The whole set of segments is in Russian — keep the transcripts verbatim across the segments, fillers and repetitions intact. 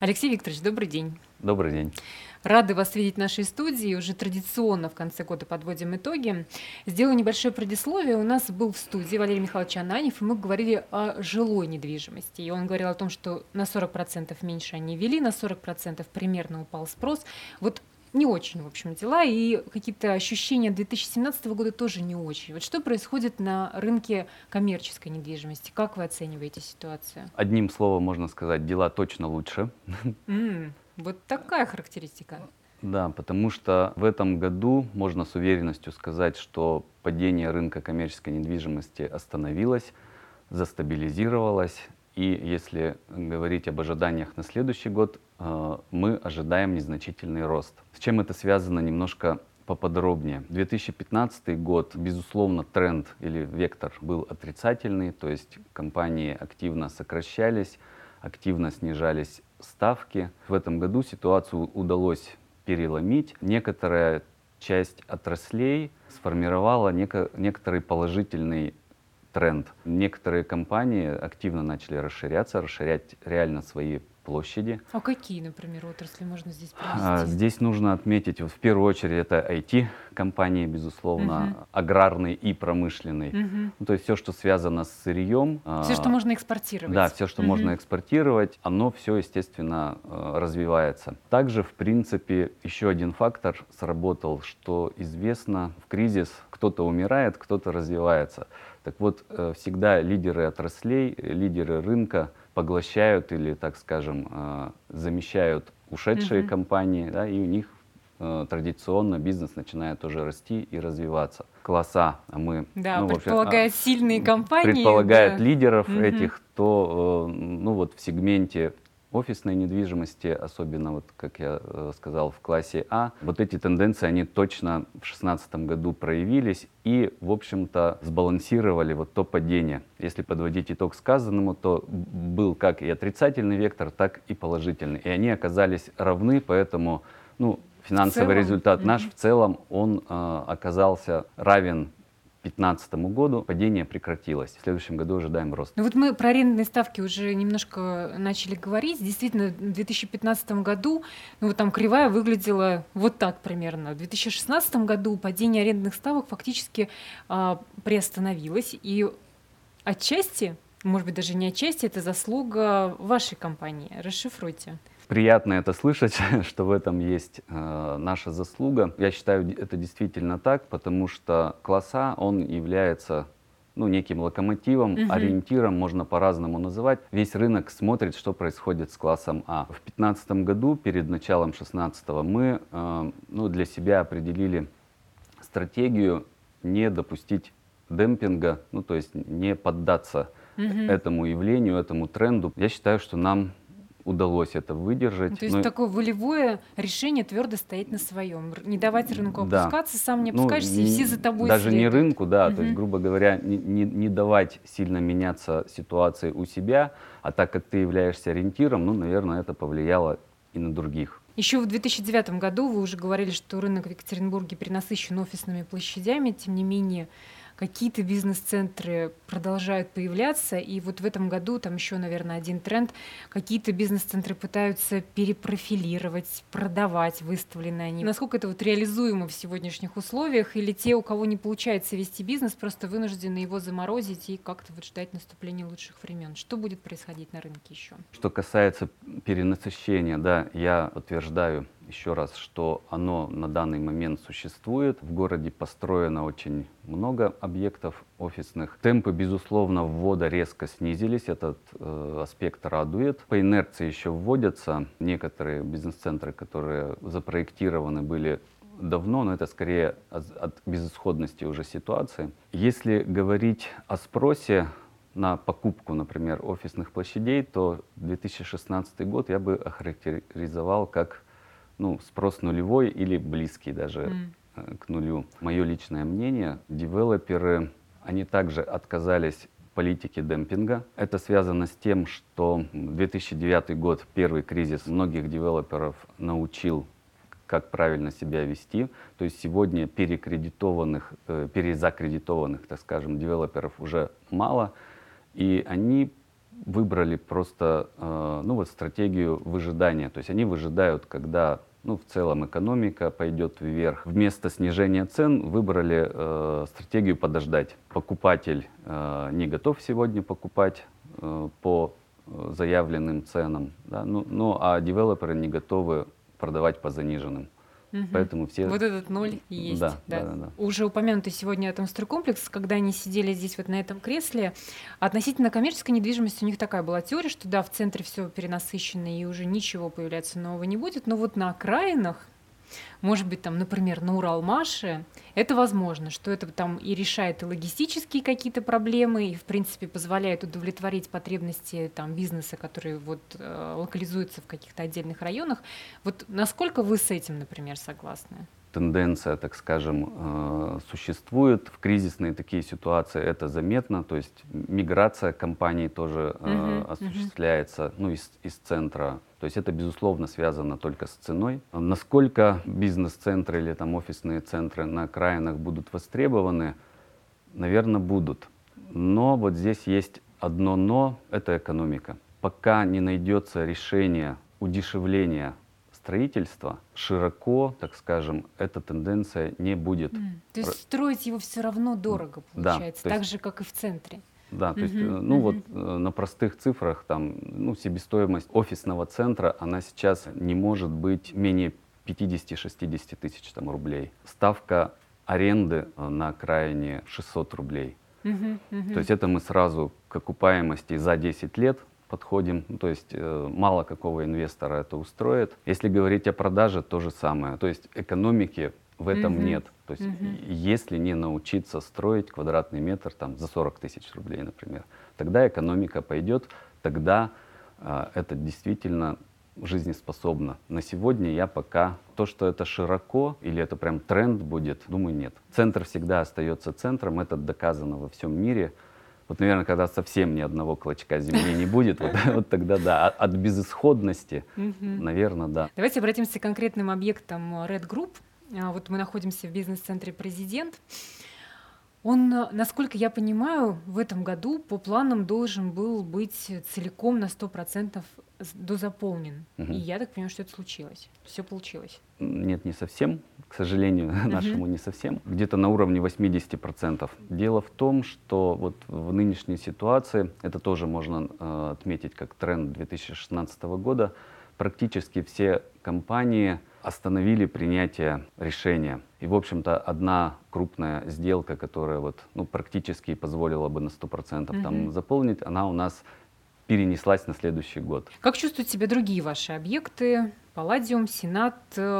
Алексей Викторович, добрый день. Добрый день. Рады вас видеть в нашей студии. Уже традиционно в конце года подводим итоги. Сделаю небольшое предисловие. У нас был в студии Валерий Михайлович Ананьев, и мы говорили о жилой недвижимости. И он говорил о том, что на сорок процентов меньше они ввели, на сорок процентов примерно упал спрос. Вот не очень, в общем, дела, и какие-то ощущения две тысячи семнадцатого года тоже не очень. Вот что происходит на рынке коммерческой недвижимости? Как вы оцениваете ситуацию? Одним словом можно сказать, дела точно лучше. М, вот такая характеристика. Да, потому что в этом году можно с уверенностью сказать, что падение рынка коммерческой недвижимости остановилось, застабилизировалось. И если говорить об ожиданиях на следующий год, э, мы ожидаем незначительный рост. С чем это связано, немножко поподробнее. две тысячи пятнадцатый год, безусловно, тренд или вектор был отрицательный, то есть компании активно сокращались, активно снижались ставки. В этом году ситуацию удалось переломить. Некоторая часть отраслей сформировала неко- некоторый положительный тренд. Некоторые компании активно начали расширяться, расширять реально свои площади. А какие, например, отрасли можно здесь А, привести? Здесь нужно отметить, вот в первую очередь, это ай ти-компании, безусловно, Мгм. аграрный и промышленный. Мгм. Ну, то есть все, что связано с сырьем. Все, что а, можно экспортировать. Да, все, что Мгм. можно экспортировать, оно все, естественно, э, развивается. Также, в принципе, еще один фактор сработал, что известно, в кризис кто-то умирает, кто-то развивается. Так вот, э, всегда лидеры отраслей, лидеры рынка поглощают или, так скажем, э, замещают ушедшие Мгм. компании, да, и у них э, традиционно бизнес начинает уже расти и развиваться. Класс А, а мы, Да, ну, в общем, предполагает а, сильные компании. предполагает да. лидеров Мгм. этих, то э, ну вот в сегменте офисной недвижимости, особенно вот как я э, сказал в классе А, вот эти тенденции они точно в две тысячи шестнадцатом году проявились и, в общем-то, сбалансировали вот то падение. Если подводить итог сказанному, то был как и отрицательный вектор, так и положительный, и они оказались равны, поэтому ну финансовый целом? результат наш Мгм. в целом он э, оказался равен две тысячи пятнадцатому году, падение прекратилось. В следующем году ожидаем рост. Ну вот мы про арендные ставки уже немножко начали говорить. Действительно, в две тысячи пятнадцатом году, ну вот там кривая выглядела вот так примерно. В две тысячи шестнадцатом году падение арендных ставок фактически а, приостановилось. И отчасти, может быть, даже не отчасти, это заслуга вашей компании. Расшифруйте. Приятно это слышать, что в этом есть э, наша заслуга. Я считаю, это действительно так, потому что класс А, он является ну, неким локомотивом, Мгм. ориентиром, можно по-разному называть. Весь рынок смотрит, что происходит с классом А. В две тысячи пятнадцатом году, перед началом две тысячи шестнадцатого, мы э, ну, для себя определили стратегию не допустить демпинга, ну, то есть не поддаться Мгм. этому явлению, этому тренду. Я считаю, что нам удалось это Ну, выдержать. то есть Ну, такое волевое решение твердо стоять на своем, не давать рынку да. опускаться, сам не Ну, опускаешься, и все за тобой даже не следуют. рынку, да, то есть, Мгм. грубо говоря, не, не, не давать сильно меняться ситуации у себя, а так как ты являешься ориентиром, ну, наверное, это повлияло и на других. Еще в две тысячи девятом году вы уже говорили, что рынок в Екатеринбурге перенасыщен офисными площадями. Тем не менее, какие-то бизнес-центры продолжают появляться. И вот в этом году там еще, наверное, один тренд. Какие-то бизнес-центры пытаются перепрофилировать, продавать выставленные они. Насколько это вот реализуемо в сегодняшних условиях? Или те, у кого не получается вести бизнес, просто вынуждены его заморозить и как-то вот ждать наступления лучших времен? Что будет происходить на рынке еще? Что касается перенасыщения, да, я утверждаю еще раз, что оно на данный момент существует. В городе построено очень много объектов офисных. Темпы, безусловно, ввода резко снизились. Этот э, аспект радует. По инерции еще вводятся некоторые бизнес-центры, которые запроектированы были давно, но это скорее от, от безысходности уже ситуации. Если говорить о спросе на покупку, например, офисных площадей, то две тысячи шестнадцатый год я бы охарактеризовал как ну, спрос нулевой или близкий даже М. к нулю. Мое личное мнение, девелоперы, они также отказались от политики демпинга. Это связано с тем, что две тысячи девятый год, первый кризис, многих девелоперов научил, как правильно себя вести. То есть сегодня перекредитованных, перезакредитованных, так скажем, девелоперов уже мало. И они выбрали просто э, ну, вот стратегию выжидания. То есть они выжидают, когда ну, в целом экономика пойдет вверх. Вместо снижения цен выбрали э, стратегию подождать. Покупатель э, не готов сегодня покупать э, по заявленным ценам, да? ну, ну а девелоперы не готовы продавать по заниженным. Угу. Поэтому все... Вот этот ноль и есть. Да, да. Да, да, да. Уже упомянутый сегодня Атомстройкомплекс, когда они сидели здесь вот на этом кресле, относительно коммерческой недвижимости у них такая была теория, что да, в центре все перенасыщено и уже ничего появляться нового не будет, но вот на окраинах, может быть, там, например, на Уралмаше, это возможно, что это там и решает и логистические какие-то проблемы, и, в принципе, позволяет удовлетворить потребности там, бизнеса, который вот, э, локализуется в каких-то отдельных районах. Вот насколько вы с этим, например, согласны? Тенденция, так скажем, э, существует. В кризисные такие ситуации это заметно, то есть миграция компаний тоже э, uh-huh, осуществляется uh-huh. ну, из, из центра. То есть это, безусловно, связано только с ценой. Насколько бизнес-центры или там, офисные центры на окраинах будут востребованы, наверное, будут. Но вот здесь есть одно «но» — это экономика. Пока не найдется решение удешевления строительства, широко, так скажем, эта тенденция не будет. Mm. То есть строить его все равно дорого получается, да, так есть, же, как и в центре. Да, то uh-huh, есть, ну uh-huh. вот на простых цифрах там, ну, себестоимость офисного центра, она сейчас не может быть менее пятьдесят-шестьдесят тысяч там, рублей. Ставка аренды на окраине шестьсот рублей. Uh-huh, uh-huh. То есть это мы сразу к окупаемости за десять лет подходим, ну, то есть э, мало какого инвестора это устроит. Если говорить о продаже, то же самое. То есть экономики в этом uh-huh. нет. То есть uh-huh. если не научиться строить квадратный метр там, за сорок тысяч рублей, например, тогда экономика пойдет, тогда э, это действительно жизнеспособно. На сегодня я пока то, что это широко или это прям тренд будет, думаю, нет. Центр всегда остается центром, это доказано во всем мире. Вот, наверное, когда совсем ни одного клочка земли не будет, вот, вот тогда да. От безысходности, наверное, да. Давайте обратимся к конкретным объектам Red Group. Вот мы находимся в бизнес-центре «Президент». Он, насколько я понимаю, в этом году по планам должен был быть целиком на сто процентов дозаполнен. Угу. И я так понимаю, что это случилось. Все получилось. Нет, не совсем. К сожалению, угу. нашему не совсем. Где-то на уровне восемьдесят процентов. Дело в том, что вот в нынешней ситуации, это тоже можно э, отметить как тренд две тысячи шестнадцатого года, практически все компании остановили принятие решения. И, в общем-то, одна крупная сделка, которая вот, ну, практически позволила бы на сто процентов mm-hmm. там заполнить, она у нас перенеслась на следующий год. Как чувствуют себя другие ваши объекты? Палладиум, Сенат,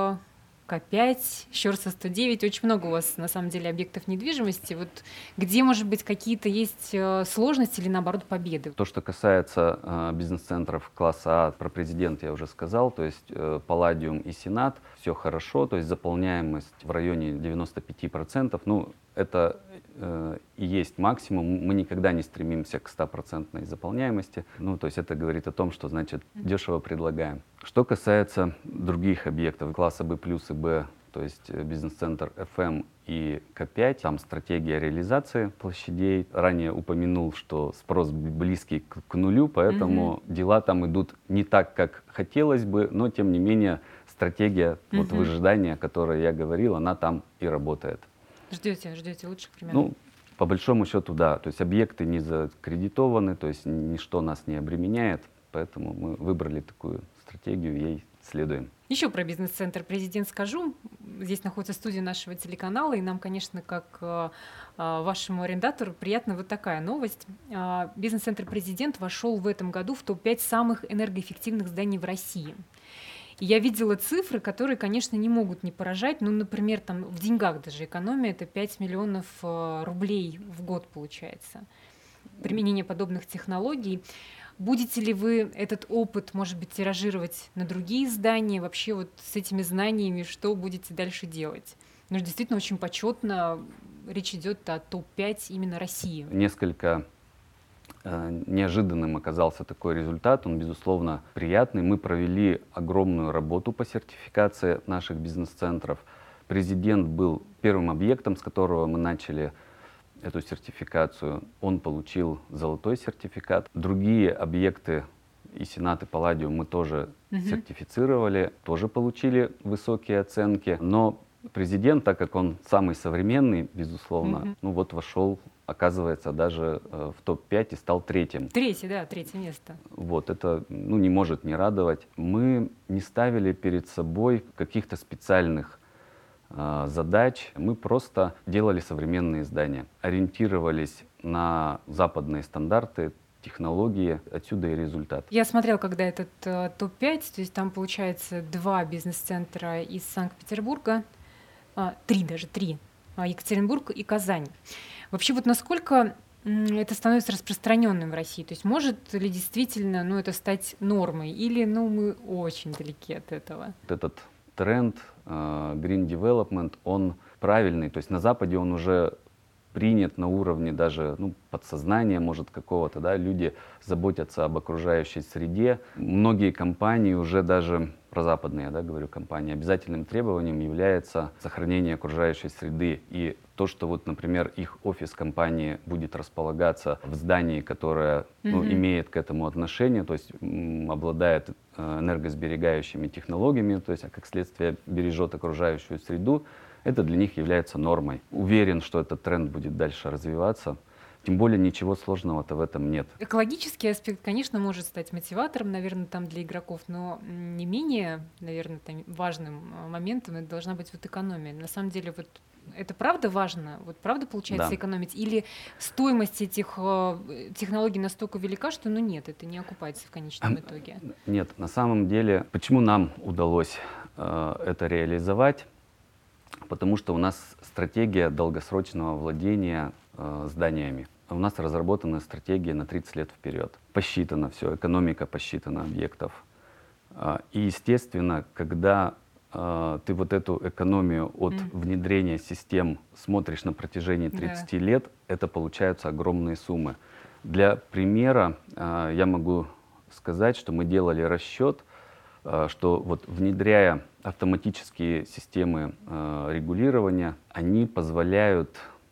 Ка пять, Щорса сто девять. Очень много у вас, на самом деле, объектов недвижимости. Вот где, может быть, какие-то есть сложности или, наоборот, победы? То, что касается э, бизнес-центров класса А, про «Президент» я уже сказал, то есть э, Палладиум и Сенат, все хорошо, то есть заполняемость в районе девяноста пяти процентов. Ну, это э, и есть максимум. Мы никогда не стремимся к стопроцентной заполняемости. Ну, то есть это говорит о том, что, значит, дешево предлагаем. Что касается других объектов класса Б плюс и Б, то есть бизнес-центр Эф Эм и Ка пять, там стратегия реализации площадей. Ранее упомянул, что спрос близкий к, к нулю, поэтому mm-hmm. дела там идут не так, как хотелось бы, но тем не менее стратегия mm-hmm. вот, выжидания, о которой я говорил, она там и работает. Ждете, ждете лучших примеров? Ну, по большому счету, да. То есть объекты не закредитованы, то есть ничто нас не обременяет, поэтому мы выбрали такую стратегию, ей следуем. Еще про бизнес-центр «Президент» скажу. Здесь находится студия нашего телеканала, и нам, конечно, как э, вашему арендатору приятна вот такая новость. Э, бизнес-центр «Президент» вошел в этом году в топ пять самых энергоэффективных зданий в России. И я видела цифры, которые, конечно, не могут не поражать. Ну, например, там в деньгах даже экономия — это пять миллионов рублей в год получается. Применение подобных технологий. Будете ли вы этот опыт, может быть, тиражировать на другие здания? Вообще вот с этими знаниями что будете дальше делать? Ну, действительно, очень почетно. Речь идет о топ пять именно России. Несколько неожиданным оказался такой результат, он, безусловно, приятный. Мы провели огромную работу по сертификации наших бизнес-центров. «Президент» был первым объектом, с которого мы начали эту сертификацию, он получил золотой сертификат. Другие объекты и Сенат, и Палладиум мы тоже угу. сертифицировали, тоже получили высокие оценки. Но президент, так как он самый современный, безусловно, угу. ну вот вошел, оказывается, даже э, в топ пять и стал третьим. Третье, да, третье место. Вот, это ну, не может не радовать. Мы не ставили перед собой каких-то специальных э, задач. Мы просто делали современные издания, ориентировались на западные стандарты, технологии, отсюда и результат. Я смотрел, когда этот э, топ пять, то есть там получается два бизнес-центра из Санкт-Петербурга, э, три даже, три, э, Екатеринбург и Казань. Вообще вот насколько э, это становится распространенным в России? То есть может ли действительно ну, это стать нормой или ну, мы очень далеки от этого? Вот этот тренд э, Green Development, он правильный, то есть на Западе он уже принят на уровне даже ну, подсознания, может, какого-то, да, люди заботятся об окружающей среде. Многие компании уже даже, прозападные, да, говорю, компании, обязательным требованием является сохранение окружающей среды. И то, что вот, например, их офис компании будет располагаться в здании, которое ну, mm-hmm. имеет к этому отношение, то есть м, обладает э, энергосберегающими технологиями, то есть, а как следствие бережет окружающую среду, это для них является нормой. Уверен, что этот тренд будет дальше развиваться. Тем более ничего сложного-то в этом нет. Экологический аспект, конечно, может стать мотиватором, наверное, там для игроков, но не менее, наверное, там важным моментом это должна быть вот экономия. На самом деле, вот это правда важно? Вот правда получается да. экономить? Или стоимость этих технологий настолько велика, что ну нет, это не окупается в конечном итоге? Нет, на самом деле, почему нам удалось э, это реализовать? Потому что у нас стратегия долгосрочного владения э, зданиями. У нас разработана стратегия на тридцать лет вперед. Посчитано все, экономика посчитана объектов. Э, и, естественно, когда э, ты вот эту экономию от mm. внедрения систем смотришь на протяжении тридцати yeah. лет, это получаются огромные суммы. Для примера э, я могу сказать, что мы делали расчет, что вот внедряя автоматические системы э, регулирования, они позволяют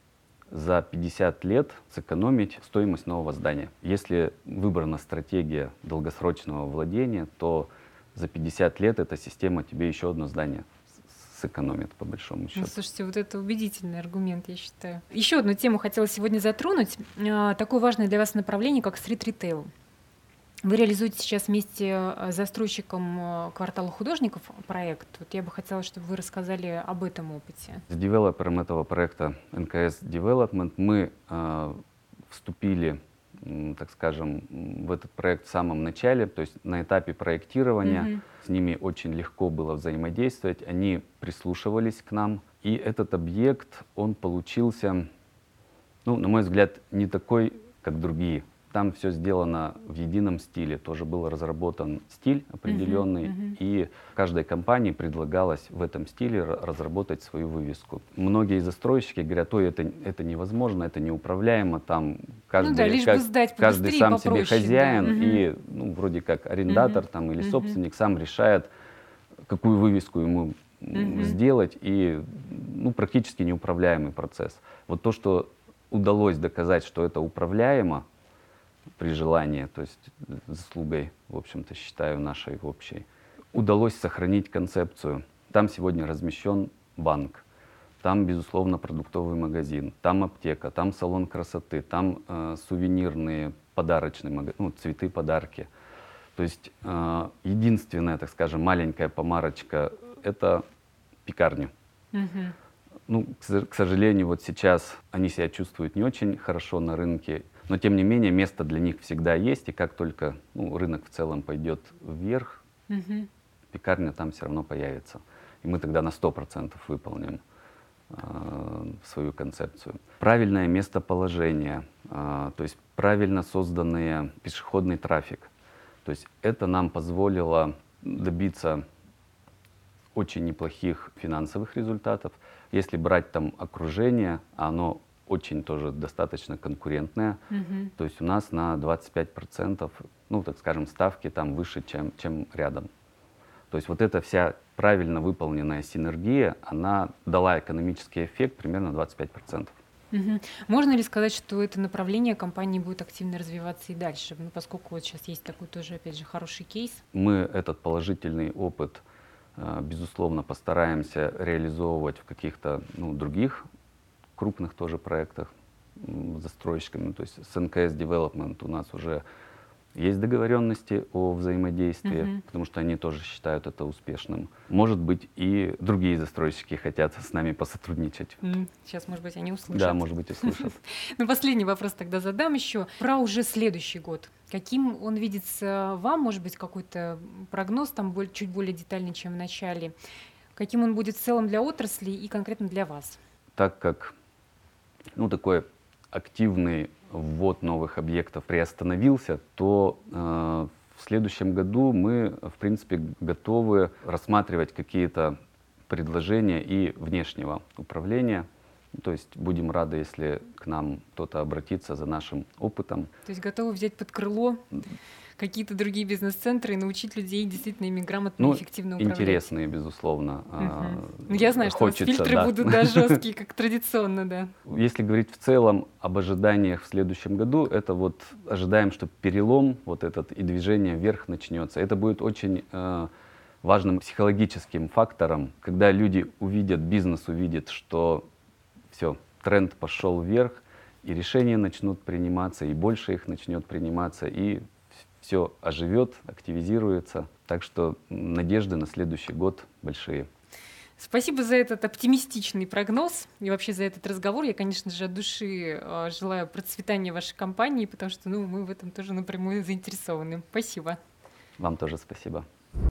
за пятьдесят лет сэкономить стоимость нового здания. Если выбрана стратегия долгосрочного владения, то за пятьдесят лет эта система тебе еще одно здание сэкономит, по большому счету. Ну, слушайте, вот это убедительный аргумент, я считаю. Еще одну тему хотела сегодня затронуть. Такое важное для вас направление, как стрит-ритейл. Вы реализуете сейчас вместе с застройщиком квартала художников проект. Вот я бы хотела, чтобы вы рассказали об этом опыте. С девелопером этого проекта эн ка эс Development мы э, вступили, э, так скажем, в этот проект в самом начале, то есть на этапе проектирования. Mm-hmm. С ними очень легко было взаимодействовать, они прислушивались к нам. И этот объект, он получился, ну, на мой взгляд, не такой, как другие. Там все сделано в едином стиле. Тоже был разработан стиль определенный, uh-huh, uh-huh. и каждой компании предлагалось в этом стиле разработать свою вывеску. Многие застройщики говорят, ой, это, это невозможно, это неуправляемо, там каждый, ну да, лишь как, бы сдать каждый сам себе хозяин, да. uh-huh. и ну, вроде как арендатор uh-huh. там, или uh-huh. собственник сам решает, какую вывеску ему uh-huh. сделать, и ну, практически неуправляемый процесс. Вот то, что удалось доказать, что это управляемо, при желании, то есть заслугой, в общем-то, считаю, нашей общей. Удалось сохранить концепцию. Там сегодня размещен банк, там, безусловно, продуктовый магазин, там аптека, там салон красоты, там э, сувенирные, подарочные магазины, ну, цветы, подарки. То есть э, единственная, так скажем, маленькая помарочка — это пекарня. Mm-hmm. Ну, к, к сожалению, вот сейчас они себя чувствуют не очень хорошо на рынке. Но, тем не менее, место для них всегда есть, и как только ну, рынок в целом пойдет вверх, угу. пекарня там все равно появится. И мы тогда на сто процентов выполним э, свою концепцию. Правильное местоположение, э, то есть правильно созданный пешеходный трафик. То есть это нам позволило добиться очень неплохих финансовых результатов. Если брать там окружение, оно очень тоже достаточно конкурентная. Mm-hmm. То есть у нас на двадцать пять процентов, ну, так скажем, ставки там выше, чем, чем рядом. То есть вот эта вся правильно выполненная синергия, она дала экономический эффект примерно двадцать пять процентов. Мгм. Можно ли сказать, что это направление компании будет активно развиваться и дальше? Ну, поскольку вот сейчас есть такой тоже, опять же, хороший кейс. Мы этот положительный опыт, э, безусловно, постараемся реализовывать в каких-то ну, других крупных тоже проектах м, с застройщиками. То есть с эн ка эс Development у нас уже есть договоренности о взаимодействии, Мгм. потому что они тоже считают это успешным. Может быть, и другие застройщики хотят с нами посотрудничать. М, Сейчас, может быть, они услышат. Да, может быть, услышат. Ну, последний вопрос тогда задам еще. Про уже следующий год. Каким он видится вам? Может быть, какой-то прогноз там боль- чуть более детальный, чем в начале? Каким он будет в целом для отрасли и конкретно для вас? Так как ну, такой активный ввод новых объектов приостановился, то э, в следующем году мы, в принципе, готовы рассматривать какие-то предложения и внешнего управления. То есть будем рады, если к нам кто-то обратится за нашим опытом. То есть готовы взять под крыло какие-то другие бизнес-центры и научить людей действительно ими грамотно и Ну, эффективно управлять? интересные, безусловно. Мгм. э, Ну, я знаю, что у вас хочется, фильтры да. будут да, жесткие, как традиционно, да. Если говорить в целом об ожиданиях в следующем году, это вот ожидаем, что перелом вот этот и движение вверх начнется. Это будет очень э, важным психологическим фактором, когда люди увидят, бизнес увидит, что все, тренд пошел вверх, и решения начнут приниматься, и больше их начнет приниматься, и все оживет, активизируется. Так что надежды на следующий год большие. Спасибо за этот оптимистичный прогноз и вообще за этот разговор. Я, конечно же, от души э, желаю процветания вашей компании, потому что ну, мы в этом тоже напрямую заинтересованы. Спасибо. Вам тоже спасибо.